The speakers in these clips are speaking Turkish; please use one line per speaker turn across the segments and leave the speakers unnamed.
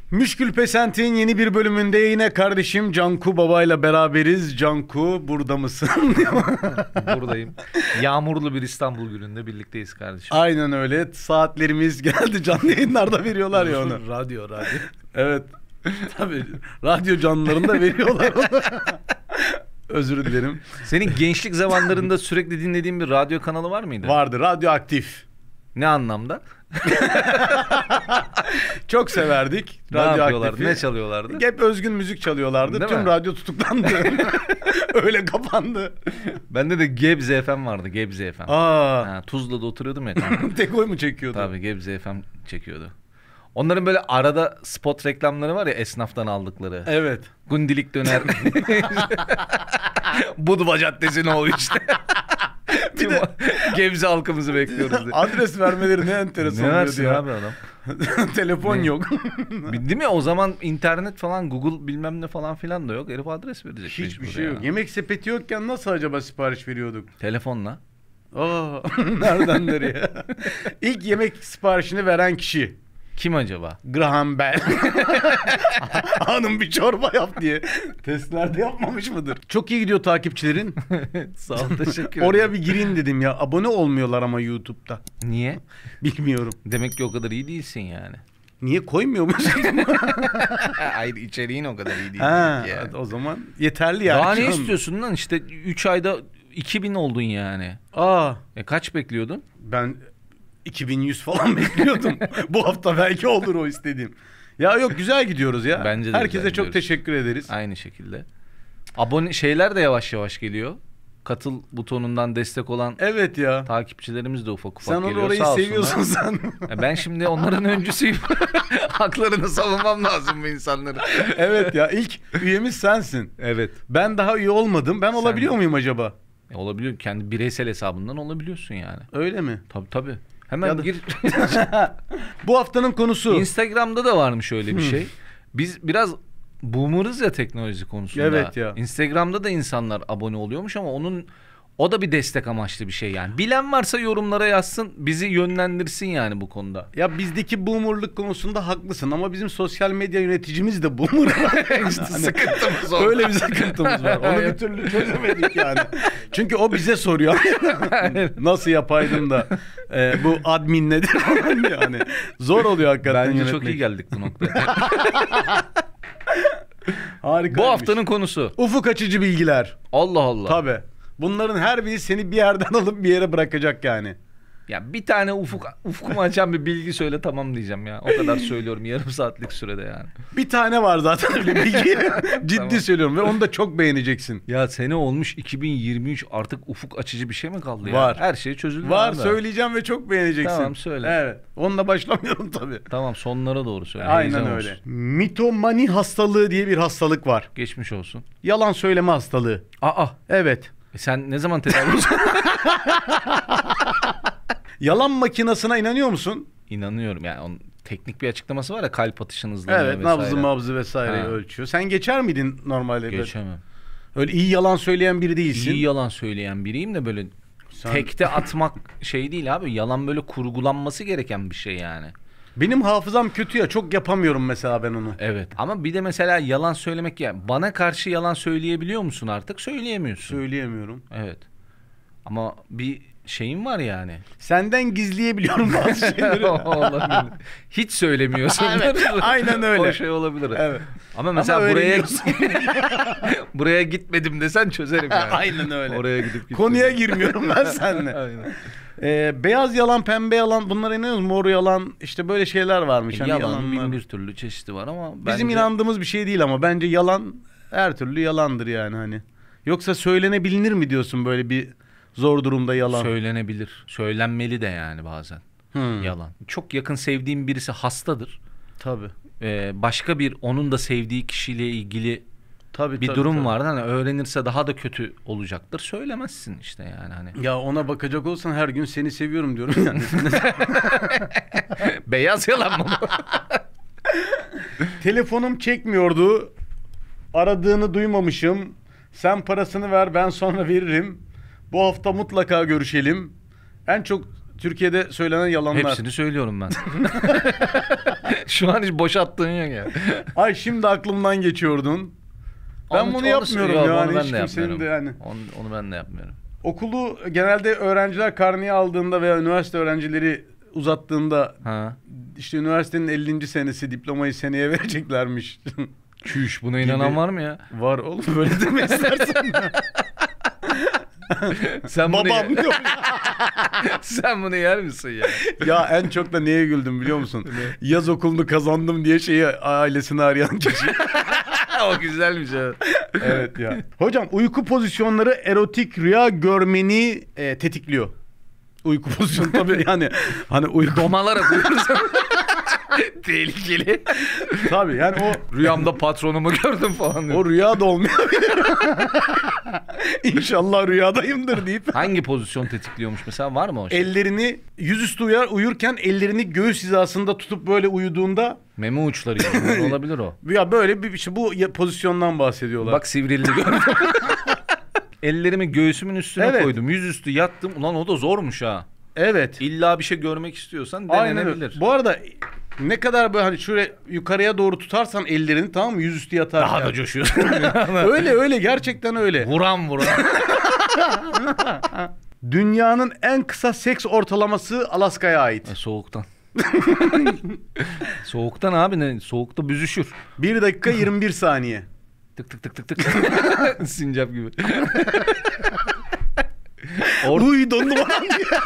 Müşkül Pesent'in yeni bir bölümünde yine kardeşim Canku Baba'yla beraberiz. Canku, burada mısın?
Buradayım. Yağmurlu bir İstanbul gününde birlikteyiz kardeşim.
Aynen öyle. Saatlerimiz geldi. Canlı yayınlarda veriyorlar ya onu.
Radyo.
Evet. Tabii. Radyo canlılarında veriyorlar onu. Özür dilerim.
Senin gençlik zamanlarında sürekli dinlediğin bir radyo kanalı var mıydı?
Vardı. Radyoaktif.
Ne anlamda?
Çok severdik.
Ne yapıyorlardı? Ne çalıyorlardı?
Hep özgün müzik çalıyorlardı.
Değil
Tüm
mi?
radyo tutuklandı. Öyle kapandı.
Bende de Gebze FM vardı. Gebze FM.
Aa.
Tuzla'da oturuyordum ya kanka.
Tek oy mu çekiyordu?
Tabii Gebze FM çekiyordu. Onların böyle arada spot reklamları var ya, esnaftan aldıkları.
Evet.
Gundilik döner. Budva Caddesi'ne o işte. Bir de Gebze halkımızı bekliyoruz diye.
Adres vermeleri ne enteresan
Ne
oluyordu
versin
ya.
abi adam?
Telefon
Ne?
yok.
Değil mi? O zaman internet falan, Google bilmem ne falan filan da yok. Herif adres verecek.
Hiçbir
mecbur
şey
ya.
yok. Yemek sepeti yokken nasıl acaba sipariş veriyorduk?
Telefonla.
Aa, nereden nereye? İlk yemek siparişini veren kişi.
Kim acaba?
Graham Bell. Hanım bir çorba yap diye. Testlerde yapmamış mıdır? Çok iyi gidiyor takipçilerin.
Sağ ol, teşekkür ederim.
Oraya bir gireyim dedim ya. Abone olmuyorlar ama YouTube'da.
Niye?
Bilmiyorum.
Demek ki o kadar iyi değilsin yani.
Niye koymuyor musun?
Hayır, içeriğin o kadar iyi değil.
Ha,
Yani.
o zaman yeterli yani.
Daha ne istiyorsun lan? İşte 3 ayda 2000 oldun yani.
Aa,
Kaç bekliyordun?
ben 2100 falan bekliyordum. Bu hafta belki olur o istediğim. Ya yok, güzel gidiyoruz ya.
Bence de
Herkese
güzel
çok
gidiyoruz.
teşekkür ederiz.
Aynı şekilde. Abone şeyler de yavaş yavaş geliyor. Katıl butonundan destek olan
Evet ya.
takipçilerimiz de ufak ufak
Sen
geliyor.
orayı
Sağ olsunlar.
seviyorsun sen.
Ben şimdi onların öncüsüyüm. Haklarını savunmam lazım bu insanların.
Evet ya, ilk üyemiz sensin.
Evet.
Ben daha üye olmadım. Ben olabiliyor
Sen-
muyum acaba?
Olabiliyor. Kendi bireysel hesabından olabiliyorsun yani.
Öyle mi?
Tabii. Hemen
Ya da-
gir.
Bu haftanın konusu.
Instagram'da da varmış öyle bir şey. Biz biraz boomer'ız ya teknoloji konusunda.
Evet ya.
Instagram'da da insanlar abone oluyormuş ama o da bir destek amaçlı bir şey yani. Bilen varsa yorumlara yazsın, bizi yönlendirsin yani bu konuda.
Ya bizdeki boomerlık konusunda haklısın ama bizim sosyal medya yöneticimiz de boomer.
İşte sıkıntımız orada.
Öyle bir sıkıntımız var. Onu bir türlü çözemedik yani. Çünkü o bize soruyor. Nasıl yapaydım da bu admin nedir falan diyor yani. Zor oluyor hakikaten
Bence
yönetmek.
çok iyi geldik bu noktaya.
Harikaymış.
Bu haftanın konusu.
Ufuk açıcı bilgiler.
Allah Allah.
Tabii. Bunların her biri seni bir yerden alıp bir yere bırakacak yani.
Ya bir tane ufkumu açan bir bilgi söyle, tamam diyeceğim ya. O kadar söylüyorum yarım saatlik sürede yani.
Bir tane var zaten öyle bilgi. Ciddi
Tamam.
söylüyorum ve onu da çok beğeneceksin.
Ya sene olmuş 2023, artık ufuk açıcı bir şey mi kaldı ya?
Var.
Her şey çözüldü.
Var,
abi.
söyleyeceğim ve çok beğeneceksin.
Tamam, söyle.
Evet. Onunla başlamıyorum tabii.
Tamam, sonlara doğru söyle.
Aynen
Heyecan
öyle.
olsun.
Mitomani hastalığı diye bir hastalık var.
Geçmiş olsun.
Yalan söyleme hastalığı.
Aa.
Evet.
Sen ne zaman tedavi olacaksın?
Yalan makinasına inanıyor musun?
İnanıyorum yani, onun teknik bir açıklaması var ya, kalp atışın hızlanıyor
Evet,
vesaire.
nabzı mabzı vesaire
Ha.
ölçüyor. Sen geçer miydin normalde?
Geçemem.
Öyle iyi yalan söyleyen biri değilsin.
İyi yalan söyleyen biriyim de böyle tekte atmak şey değil abi. Yalan böyle kurgulanması gereken bir şey yani.
Benim hafızam kötü ya, çok yapamıyorum mesela ben onu.
Evet. Ama bir de mesela yalan söylemek, ya bana karşı yalan söyleyebiliyor musun artık? Söyleyemiyorsun.
Söyleyemiyorum.
Evet. Ama bir şeyin var yani.
Senden gizleyebiliyorum bazı şeyleri.
Olabilir. Hiç söylemiyorsun.
Evet, aynen öyle.
O şey olabilir.
Evet.
Ama mesela
Ama
buraya
öğreniyorsun.
buraya gitmedim desen çözerim yani.
Aynen öyle.
Oraya gidip gitmedim.
Konuya girmiyorum ben seninle.
Aynen.
Beyaz yalan, pembe yalan, bunlara inanıyor musun? Mor yalan, işte böyle şeyler varmış. Hani
Yalanın
yalanlar.
bin bir türlü çeşidi var ama
Bizim
bence
inandığımız bir şey değil ama bence yalan her türlü yalandır yani hani. Yoksa söylenebilir mi diyorsun böyle bir zor durumda yalan?
söylenebilir. Söylenmeli de yani bazen. Yalan. Çok yakın sevdiğim birisi hastadır.
Tabii.
Başka bir onun da sevdiği kişiyle ilgili
Tabii,
bir
tabii,
durum
tabii.
vardı. Hani öğrenirse daha da kötü olacaktır. Söylemezsin işte yani hani.
Ya ona bakacak olsan her gün seni seviyorum diyorum yani.
Beyaz yalan mı bu?
Telefonum çekmiyordu. Aradığını duymamışım. Sen parasını ver, ben sonra veririm. Bu hafta mutlaka görüşelim. En çok Türkiye'de söylenen yalanlar.
Hepsini söylüyorum ben. Şu an hiç boşalttığın yok ya.
Ay şimdi aklımdan geçiyordun. Ben bunu yapmıyorum
yok,
yani.
onu ben
Hiç
de
kimsenin
yapmıyorum.
de yani.
Onu ben de yapmıyorum.
Okulu genelde öğrenciler karneyi aldığında veya üniversite öğrencileri uzattığında
Ha.
işte üniversitenin 50. senesi diplomayı seneye vereceklermiş.
Çüş, buna inanan var mı ya?
Var oğlum, böyle deme istersen.
Sen bunu
Babam diyor.
Sen bunu yer misin ya?
Ya en çok da neye güldüm biliyor musun? Yaz okulunu kazandım diye ailesini arayan kişi.
O güzelmiş evet.
Evet ya. Hocam uyku pozisyonları erotik rüya görmeni tetikliyor. Uyku pozisyonu tabii yani hani uyku
Domalarak uyuruz. Tehlikeli.
tabii yani o
Rüyamda patronumu gördüm falan diyor.
o rüya da olmayabilir. İnşallah rüyadayımdır deyip
Hangi pozisyon tetikliyormuş mesela, var mı o şey?
ellerini yüzüstü uyurken ellerini göğüs hizasında tutup böyle uyuduğunda
Meme uçları yani. Olabilir o.
ya böyle bir şey, bu pozisyondan bahsediyorlar.
Bak sivrildi gördüm. Ellerimi göğsümün üstüne
Evet.
koydum. Yüzüstü yattım. Ulan o da zormuş ha.
Evet.
İlla bir şey görmek istiyorsan
Aynen öyle.
denenebilir.
Bu arada ne kadar böyle hani şöyle yukarıya doğru tutarsan ellerini, tamam mı, yüzüstü yatarken.
Daha da coşuyor.
öyle gerçekten öyle.
Vuran.
Dünyanın en kısa seks ortalaması Alaska'ya ait.
Soğuktan. Soğuktan abi, ne? Soğukta büzüşür.
1 dakika 21 saniye.
Tık tık tık tık tık. Sincap gibi.
Uy dondum falan diye.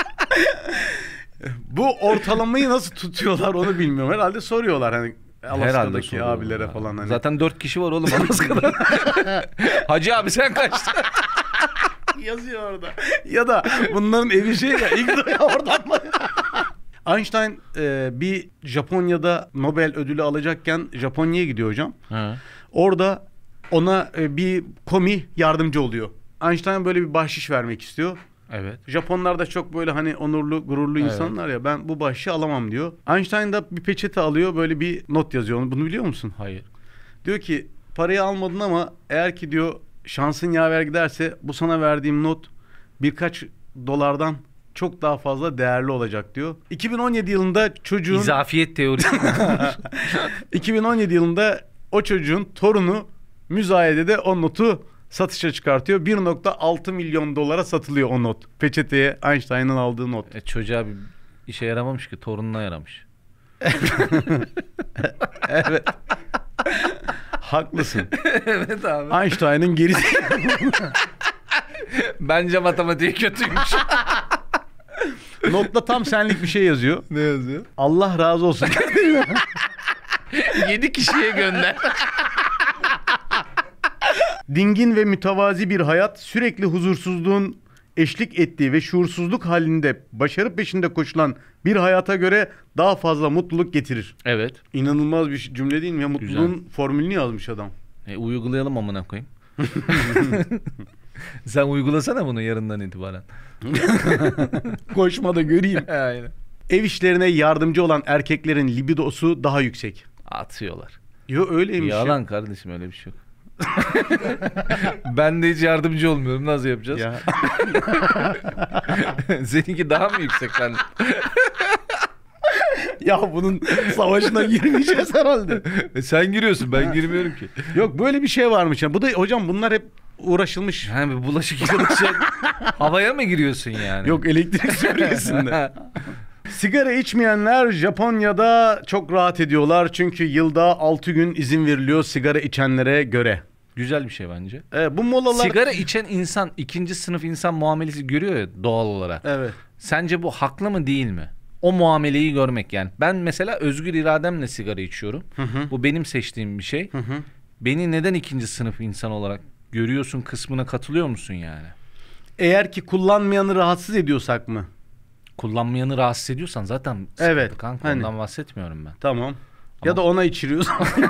Bu ortalamayı nasıl tutuyorlar onu bilmiyorum. Herhalde soruyorlar hani Alaska'daki
soruyorlar
abilere
ya.
falan hani.
Zaten 4 kişi var oğlum Alaska'da. Hacı abi sen kaçtın?
Yazıyor orada. Ya da bunların evi şey ya, ilk doya oradan mı? Einstein bir Japonya'da Nobel ödülü alacakken Japonya'ya gidiyor hocam.
Ha.
Orada ona bir komi yardımcı oluyor. Einstein böyle bir bahşiş vermek istiyor.
Evet.
Japonlar da çok böyle hani onurlu, gururlu
Evet.
insanlar ya, ben bu bahşişi alamam diyor. Einstein da bir peçete alıyor, böyle bir not yazıyor. Bunu biliyor musun?
Hayır.
Diyor ki parayı almadın ama eğer ki diyor şansın yaver giderse bu sana verdiğim not birkaç dolardan çok daha fazla değerli olacak diyor. 2017 yılında çocuğun
İzafiyet teorisi.
2017 yılında o çocuğun torunu müzayedede o notu satışa çıkartıyor. 1.6 milyon dolara satılıyor o not. Peçeteye Einstein'ın aldığı not.
Çocuğa bir işe yaramamış ki, torununa yaramış.
Evet. Haklısın.
Evet abi.
Einstein'ın gerisi.
Bence matematiği kötüymüş.
Notta tam senlik bir şey yazıyor.
Ne yazıyor?
Allah razı olsun.
7 kişiye gönder.
Dingin ve mütevazi bir hayat, sürekli huzursuzluğun eşlik ettiği ve şuursuzluk halinde başarı peşinde koşulan bir hayata göre daha fazla mutluluk getirir.
Evet.
İnanılmaz bir cümle değil mi ya? Mutluluğun formülünü yazmış adam.
Uygulayalım amına koyayım. Sen uygulasana bunu yarından itibaren.
Koşma da göreyim.
Aynen.
Ev işlerine yardımcı olan erkeklerin libidosu daha yüksek.
Atıyorlar.
Yo öyleymiş.
Yalan kardeşim, öyle bir şey yok. Ben de hiç yardımcı olmuyorum. Nasıl yapacağız?
Ya.
Seninki daha mı yüksek ben?
Ya bunun savaşına girmeyeceğiz herhalde.
Sen giriyorsun, ben girmiyorum ki.
Yok böyle bir şey varmış ya. Bu da hocam bunlar hep uğraşılmış.
Yani bir bulaşık yıkadıkça havaya mı giriyorsun yani?
Yok, elektrik süpürgesinde. Sigara içmeyenler Japonya'da çok rahat ediyorlar. Çünkü yılda 6 gün izin veriliyor sigara içenlere göre.
Güzel bir şey bence.
Bu molalar...
Sigara içen insan ikinci sınıf insan muamelesi görüyor ya doğal olarak.
Evet.
Sence bu haklı mı değil mi? O muameleyi görmek yani. Ben mesela özgür irademle sigara içiyorum.
Hı.
Bu benim seçtiğim bir şey.
Hı.
Beni neden ikinci sınıf insan olarak görüyorsun kısmına katılıyor musun yani?
Eğer ki kullanmayanı rahatsız ediyorsak mı?
Kullanmayanı rahatsız ediyorsan zaten
Evet,
sıkıntı kanka,
hani.
ondan bahsetmiyorum ben.
Tamam. Ya da ona içiriyorsun.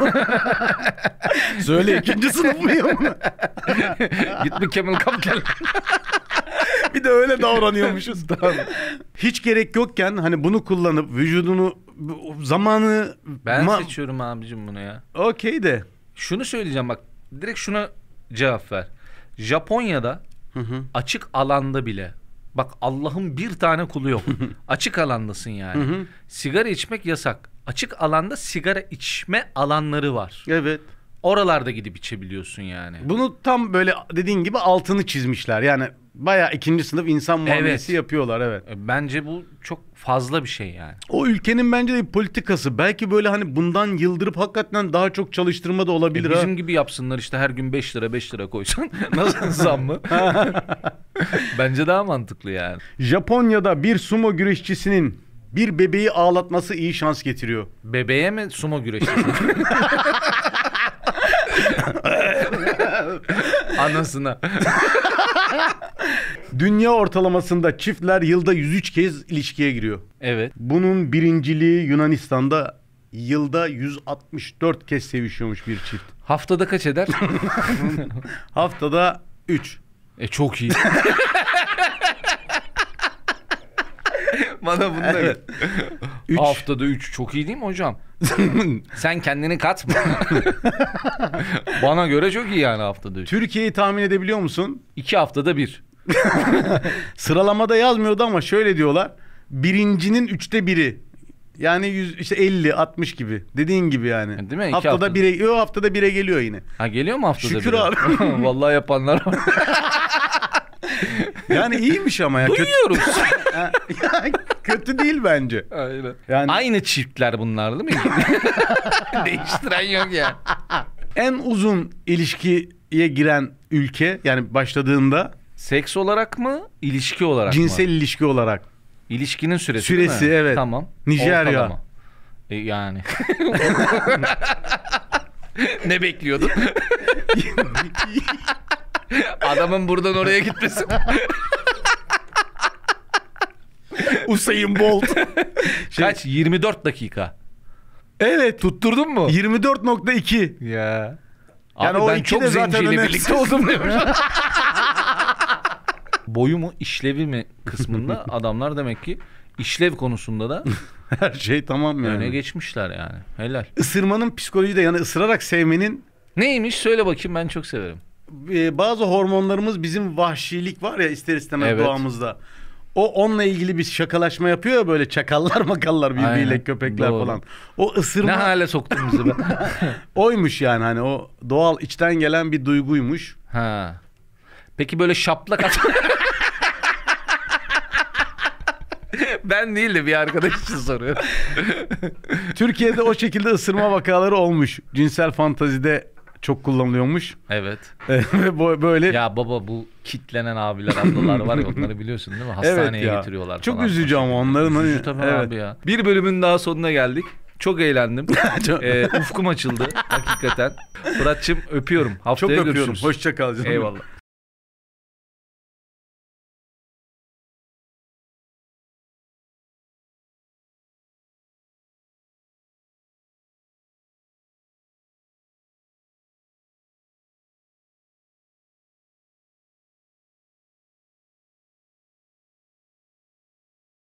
Söyle, ikinci sınıf mıyım?
Git bir Camel Cup gel.
Bir de öyle davranıyormuşuz. Hiç gerek yokken hani bunu kullanıp vücudunu, zamanı...
Ben seçiyorum abicim bunu ya.
Okey de.
Şunu söyleyeceğim bak. Direkt şuna cevap ver. Japonya'da açık alanda bile Bak Allah'ın bir tane kulu yok. Açık alandasın yani. Sigara içmek yasak. Açık alanda sigara içme alanları var.
Evet.
Oralarda gidip içebiliyorsun yani.
Bunu tam böyle dediğin gibi altını çizmişler. Yani bayağı ikinci sınıf insan muamelesi yapıyorlar, evet.
Bence bu çok fazla bir şey yani.
O ülkenin bence de bir politikası. Belki böyle hani bundan yıldırıp hakikaten daha çok çalıştırma da olabilir.
Bizim gibi yapsınlar işte, her gün 5 lira koysan. Nasıl zam mı? Bence daha mantıklı yani.
Japonya'da bir sumo güreşçisinin bir bebeği ağlatması iyi şans getiriyor.
Bebeğe mi sumo güreşçisi? Anasına.
Dünya ortalamasında çiftler yılda 103 kez ilişkiye giriyor.
Evet.
Bunun birinciliği Yunanistan'da, yılda 164 kez sevişiyormuş bir çift.
Haftada kaç eder?
Haftada 3.
Çok iyi. Bana bunu da
Evet. 3.
Haftada 3 çok iyi değil mi hocam? Sen kendini katma. Bana göre çok iyi yani haftada 3.
Türkiye'yi tahmin edebiliyor musun?
2 haftada 1.
Sıralamada yazmıyordu ama şöyle diyorlar. Birincinin 1/3. Yani 100, işte 50, 60 gibi. Dediğin gibi yani.
Değil mi?
Haftada 1'e geliyor yine.
Ha, geliyor mu haftada 1'e?
Şükür abi.
Vallahi yapanlar var.
Yani iyiymiş ama ya.
Duyuyoruz.
Kötü değil bence.
Aynen.
Yani
Aynı çiftler bunlar değil mi? Değiştiren yok ya.
en uzun ilişkiye giren ülke, yani başladığında
Seks olarak mı, ilişki olarak
cinsel
mı?
ilişki olarak.
İlişkinin süresi değil mi?
Evet.
Tamam.
Nijerya.
Ortalama. Yani. Ne bekliyordun? Adamın buradan oraya gitmesi.
Usain Bolt.
Kaç? 24 dakika.
Evet.
Tutturdun mu?
24.2.
Ya.
Yani
Abi
o
ben
iki
çok
de zaten
zenciyle
önemsiz.
birlikte oldum demiş. Boyu mu, işlevi mi kısmında adamlar demek ki işlev konusunda da
Her şey tamam yani.
öne geçmişler yani. Helal.
Isırmanın psikolojide, yani ısırarak sevmenin
Neymiş? Söyle bakayım, ben çok severim.
bazı hormonlarımız, bizim vahşilik var ya ister istemez
Evet.
doğamızda. O onunla ilgili bir şakalaşma yapıyor ya, böyle çakallar makallar birbiriyle,
Aynen.
köpekler
Doğru.
falan. O ısırma
Ne hale soktun bizi be?
oymuş yani, hani o doğal içten gelen bir duyguymuş.
Ha. Peki böyle şaplak at. Ben değil de bir arkadaş için soruyorum.
Türkiye'de o şekilde ısırma vakaları olmuş. Cinsel fantazide çok kullanılıyormuş.
Evet.
Ve böyle
Ya baba, bu kitlenen abiler ablalar var ya, onları biliyorsun değil mi? Hastaneye
ya.
getiriyorlar
Çok
falan.
üzücü ama onların hani-
Üzücü tabii
evet.
abi ya. Bir bölümün daha sonuna geldik. Çok eğlendim. Ufkum açıldı hakikaten. Fırat'cığım öpüyorum.
çok
Haftaya
öpüyorum.
görüşürüz.
Hoşça kal canım.
Eyvallah.